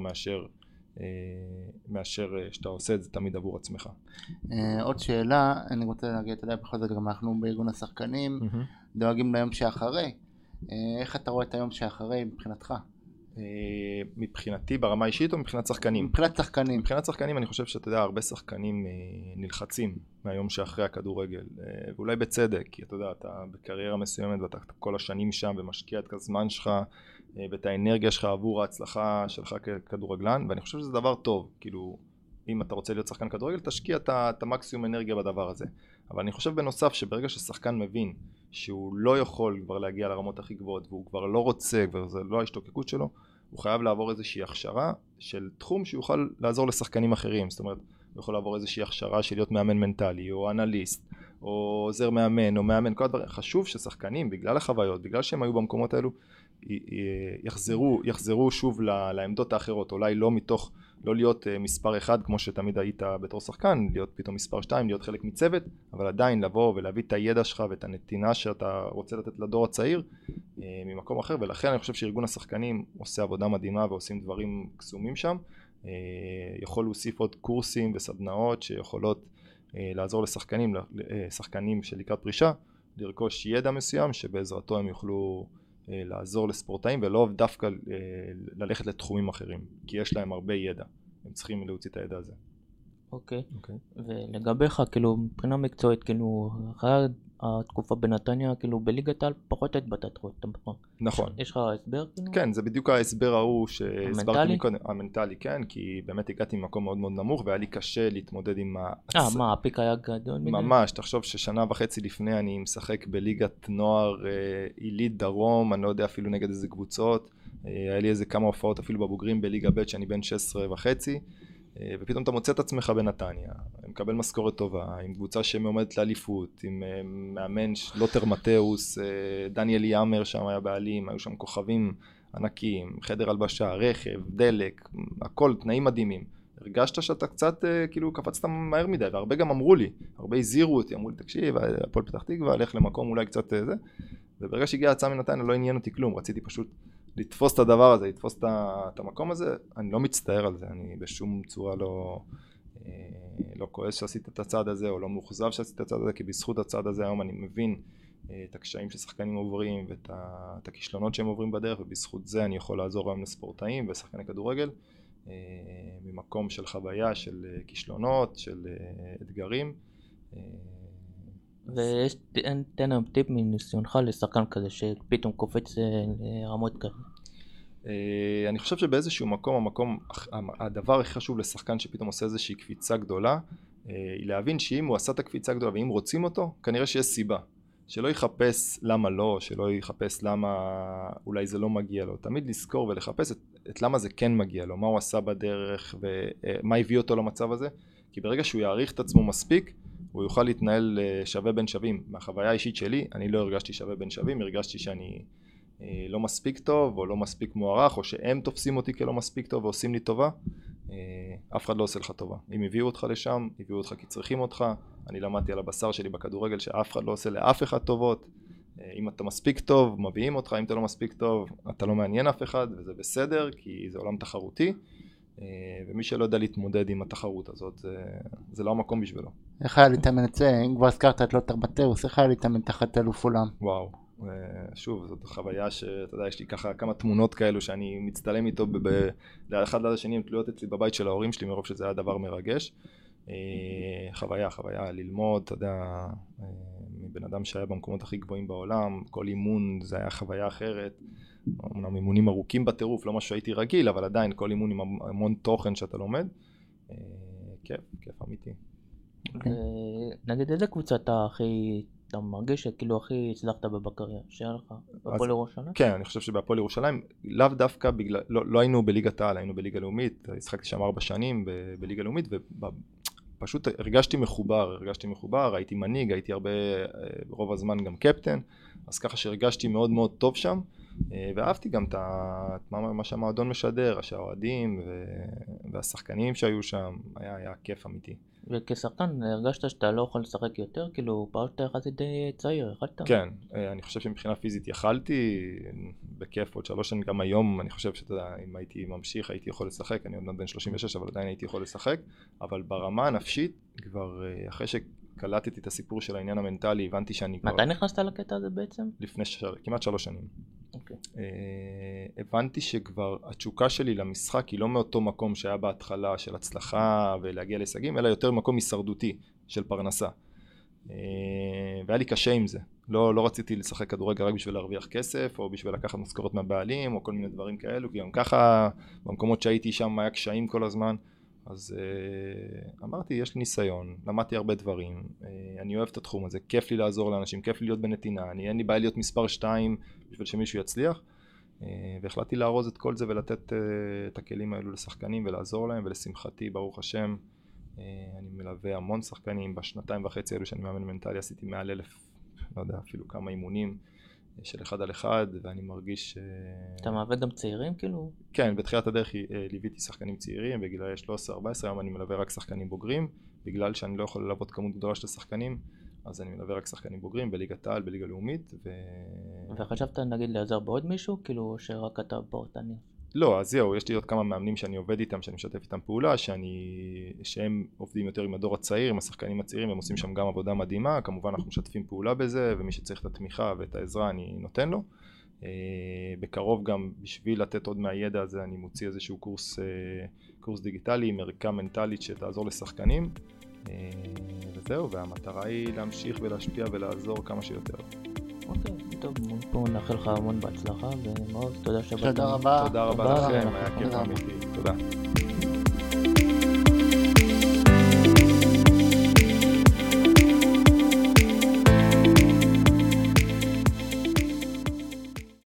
מאשר שאתה עושה את זה תמיד עבור עצמך. עוד שאלה, אני רוצה להגיד, אתה יודע, בכל זאת גם אנחנו בארגון השחקנים, דואגים ליום שאחרי. איך אתה רואה את היום שאחרי מבחינתך? מבחינתי ברמה אישית או מבחינת שחקנים? מבחינת שחקנים. מבחינת שחקנים אני חושב שאתה יודע, הרבה שחקנים נלחצים מהיום שאחרי הכדורגל, ואולי בצדק, כי אתה יודע, אתה בקריירה מסוימת ואתה כל השנים שם ומשקיע את הזמן שלך ואת האנרגיה שלך עבור ההצלחה שלך ככדורגלן, ואני חושב שזה דבר טוב, כאילו אם אתה רוצה להיות שחקן כדורגל תשקיע את המקסימום אנרגיה בדבר הזה, אבל אני חושב בנוסף שברגע ששחקן מבין שהוא לא יכול כבר להגיע לרמות הכי גבוהות והוא כבר לא רוצה, כבר זה לא ההשתוקקות שלו, הוא חייב לעבור איזושהי הכשרה של תחום שיוכל לעזור לשחקנים אחרים. זאת אומרת, הוא יכול לעבור איזושהי הכשרה של להיות מאמן מנטלי או אנליסט או עוזר מאמן או מאמן, כל הדברים. חשוב ששחקנים בגלל החוויות, בגלל שהם היו במקומות האלו, יחזרו שוב לעמדות האחרות, אולי לא מתוך לא להיות מספר אחד כמו שתמיד היית בתור שחקן, להיות פתאום מספר 2, להיות חלק מצוות, אבל עדיין לבוא ולהביא את הידע שלך ואת הנתינה שאתה רוצה לתת לדור הצעיר ממקום אחר, ולכן אני חושב שארגון השחקנים עושה עבודה מדהימה ועושים דברים קסומים שם. יכול להוסיף עוד קורסים וסדנאות שיכולות לעזור לשחקנים של לקראת פרישה, לרכוש ידע מסוים שבעזרתו הם יוכלו לעזור לספורטאים ולא דווקא ללכת לתחומים אחרים, כי יש להם הרבה ידע, הם צריכים להוציא את הידע הזה. אוקיי. ולגביך, כאילו, מבחינה מקצועית, כאילו, אחרי התקופה בנתניה, כאילו, בליגת העל פחות התבטאת, נכון. יש לך הסבר? כן, זה בדיוק ההסבר ההוא שהסברתי מקודם. המנטלי, כן, כי באמת הגעתי ממקום מאוד מאוד נמוך, והיה לי קשה להתמודד עם מה, הפיק היה גדול? ממש, תחשוב ששנה וחצי לפני אני משחק בליגת נוער עילית דרום, אני לא יודע אפילו נגד איזה קבוצות, היה לי איזה כמה הופעות אפילו בבוגרים בליגה ב' שאני בן 16 וחצי, ופתאום אתה מוצא את עצמך בנתניה, מקבל משכורת טובה, עם קבוצה שמעומדת לאליפות, עם מאמן לוטר מתאוס, דניאל יאמר שם היה בעלים, היו שם כוכבים ענקיים, חדר הלבשה, רכב, דלק, הכל, תנאים מדהימים. הרגשת שאתה קצת כאילו קפצת מהר מדי, והרבה גם אמרו לי, הרבה הזהירו אותי, אמרו לי תקשיב, הפועל פתח תקווה, הלך למקום אולי קצת זה, וברגע שהגיעה הצעה מנתניה לא עניין אותי כלום, רציתי פשוט לתפוס את הדבר הזה, לתפוס את המקום הזה. אני לא מצטער על זה, אני בשום צורה לא כועס שעשית את הצעד הזה, או לא מאוכזב שעשית את הצעד הזה, כי בזכות הצעד הזה היום אני מבין את הקשיים ששחקנים עוברים, ואת הכישלונות שהם עוברים בדרך, ובזכות זה אני יכול לעזור היום לספורטאים ושחקני כדורגל, ממקום של חוויה, של כישלונות, של אתגרים. ותן לנו טיפ מניסיונך לשחקן כזה שפתאום קופץ לרמות כזה. אני חושב שבאיזשהו מקום, הדבר הכי חשוב לשחקן שפתאום עושה איזושהי קפיצה גדולה, היא להבין שאם הוא עשה את הקפיצה גדולה ואם רוצים אותו, כנראה שיש סיבה. שלא יחפש למה לא, שלא יחפש למה אולי זה לא מגיע לו. תמיד לזכור ולחפש את למה זה כן מגיע לו, מה הוא עשה בדרך ומה הביא אותו למצב הזה. כי ברגע שהוא יעריך את עצמו מספיק, הוא יוכל להתנהל שווה בין שווים. מהחוויה האישית שלי, אני לא הרגשתי שווה בין שווים, הרגשתי שאני לא מספיק טוב או לא מספיק מוערך, או שהם תופסים אותי כלא מספיק טוב ועושים לי טובה. אף אחד לא עושה לך טובה. אם הביאו אותך לשם, הביאו אותך כי צריכים אותך. אני למדתי על הבשר שלי בכדורגל שאף אחד לא עושה לאף אחד טובות. אם אתה מספיק טוב, מביאים אותך, אם אתה לא מספיק טוב, אתה לא מעניין אף אחד, וזה בסדר, כי זה עולם תחרותי. ומי שלא יודע להתמודד עם התחרות הזאת, זה לא המקום בשבילו. איך היה להתאמן את זה? אם כבר הזכרת את לוטר מתאוס, איך היה להתאמן תחת אלוף עולם? וואו, שוב, זאת חוויה שאתה יודע, יש לי ככה כמה תמונות כאלו שאני מצטלם איתו לאחד ליד השני, הם תלויות אצלי בבית של ההורים שלי, מרוב שזה היה דבר מרגש. חוויה, ללמוד, אתה יודע, מבן אדם שהיה במקומות הכי גבוהים בעולם, כל אימון זה היה חוויה אחרת. אמנם אימונים ארוכים בטירוף, לא משהו שהייתי רגיל, אבל עדיין כל אימון עם המון תוכן שאתה לומד. כיף אמיתי. נגיד איזה קבוצה אתה מרגיש שכאילו הכי הצלחת בקריירה שהיה לך? בהפועל ירושלים? כן, אני חושב שבהפועל ירושלים, לאו דווקא בגלל, לא היינו בליגת העל, היינו בליגה לאומית, השחקתי שם 4 שנים בליגה לאומית, ופשוט הרגשתי מחובר, הייתי מנהיג, הייתי רוב הזמן גם קפטן, אז ככה שהרגשתי מאוד מאוד טוב שם. ואהבתי גם את מה שהמועדון משדר, שהאוהדים והשחקנים שהיו שם, היה כיף אמיתי. וכשחקן הרגשת שאתה לא יכול לשחק יותר? כאילו פרשת יחסית די צעיר, יכלת? כן, אני חושב שמבחינה פיזית יכלתי, בכיף עוד 3 שנים, גם היום אני חושב שאם הייתי ממשיך הייתי יכול לשחק, אני עוד מעט בן 36 אבל עדיין הייתי יכול לשחק, אבל ברמה הנפשית כבר אחרי שקלטתי את הסיפור של העניין המנטלי, הבנתי שאני כבר... מתי נכנסת לקטע הזה בעצם? לפני כמעט 3 שנים. אוקיי. הבנתי שכבר התשוקה שלי למשחק היא לא מאותו מקום שהיה בהתחלה של הצלחה ולהגיע להישגים, אלא יותר מקום הישרדותי של פרנסה. והיה לי קשה עם זה. לא רציתי לשחק כדורגל רק בשביל להרוויח כסף, או בשביל לקחת משכורות מהבעלים, או כל מיני דברים כאלו, כי גם ככה במקומות שהייתי שם היה קשיים כל הזמן. אז אמרתי, יש לי ניסיון, למדתי הרבה דברים, אני אוהב את התחום הזה, כיף לי לעזור לאנשים, כיף לי להיות בנתינה, אין לי בעיה להיות מספר 2 בשביל שמישהו יצליח, והחלטתי לארוז את כל זה ולתת את הכלים האלו לשחקנים ולעזור להם, ולשמחתי, ברוך השם, אני מלווה המון שחקנים, בשנתיים וחצי האלו שאני מאמן מנטלי, עשיתי מעל 1,000, לא יודע, אפילו כמה אימונים של 1 על 1, ואני מרגיש... אתה מלווה גם צעירים כאילו? כן, בתחילת הדרך ליוויתי שחקנים צעירים, בגילאי 13-14, היום אני מלווה רק שחקנים בוגרים, בגלל שאני לא יכול ללוות כמות גדולה של שחקנים, אז אני מלווה רק שחקנים בוגרים בליגת העל, בליגה לאומית, וחשבת נגיד לעזר בעוד מישהו, כאילו שרק אתה פורטני? לא, אז זהו, יש לי עוד כמה מאמנים שאני עובד איתם, שאני משתף איתם פעולה, שהם עובדים יותר עם הדור הצעיר, עם השחקנים הצעירים, הם עושים שם גם עבודה מדהימה, כמובן אנחנו משתפים פעולה בזה, ומי שצריך את התמיכה ואת העזרה אני נותן לו. בקרוב גם בשביל לתת עוד מהידע הזה אני מוציא איזשהו קורס דיגיטלי עם ערכה מנטלית שתעזור לשחקנים, וזהו, והמטרה היא להמשיך ולהשפיע ולעזור כמה שיותר. אוקיי, טוב, פה נאחל לך המון בהצלחה, ומאוד תודה שבאת. תודה רבה. תודה רבה לכם, היה כיף אמיתי, תודה.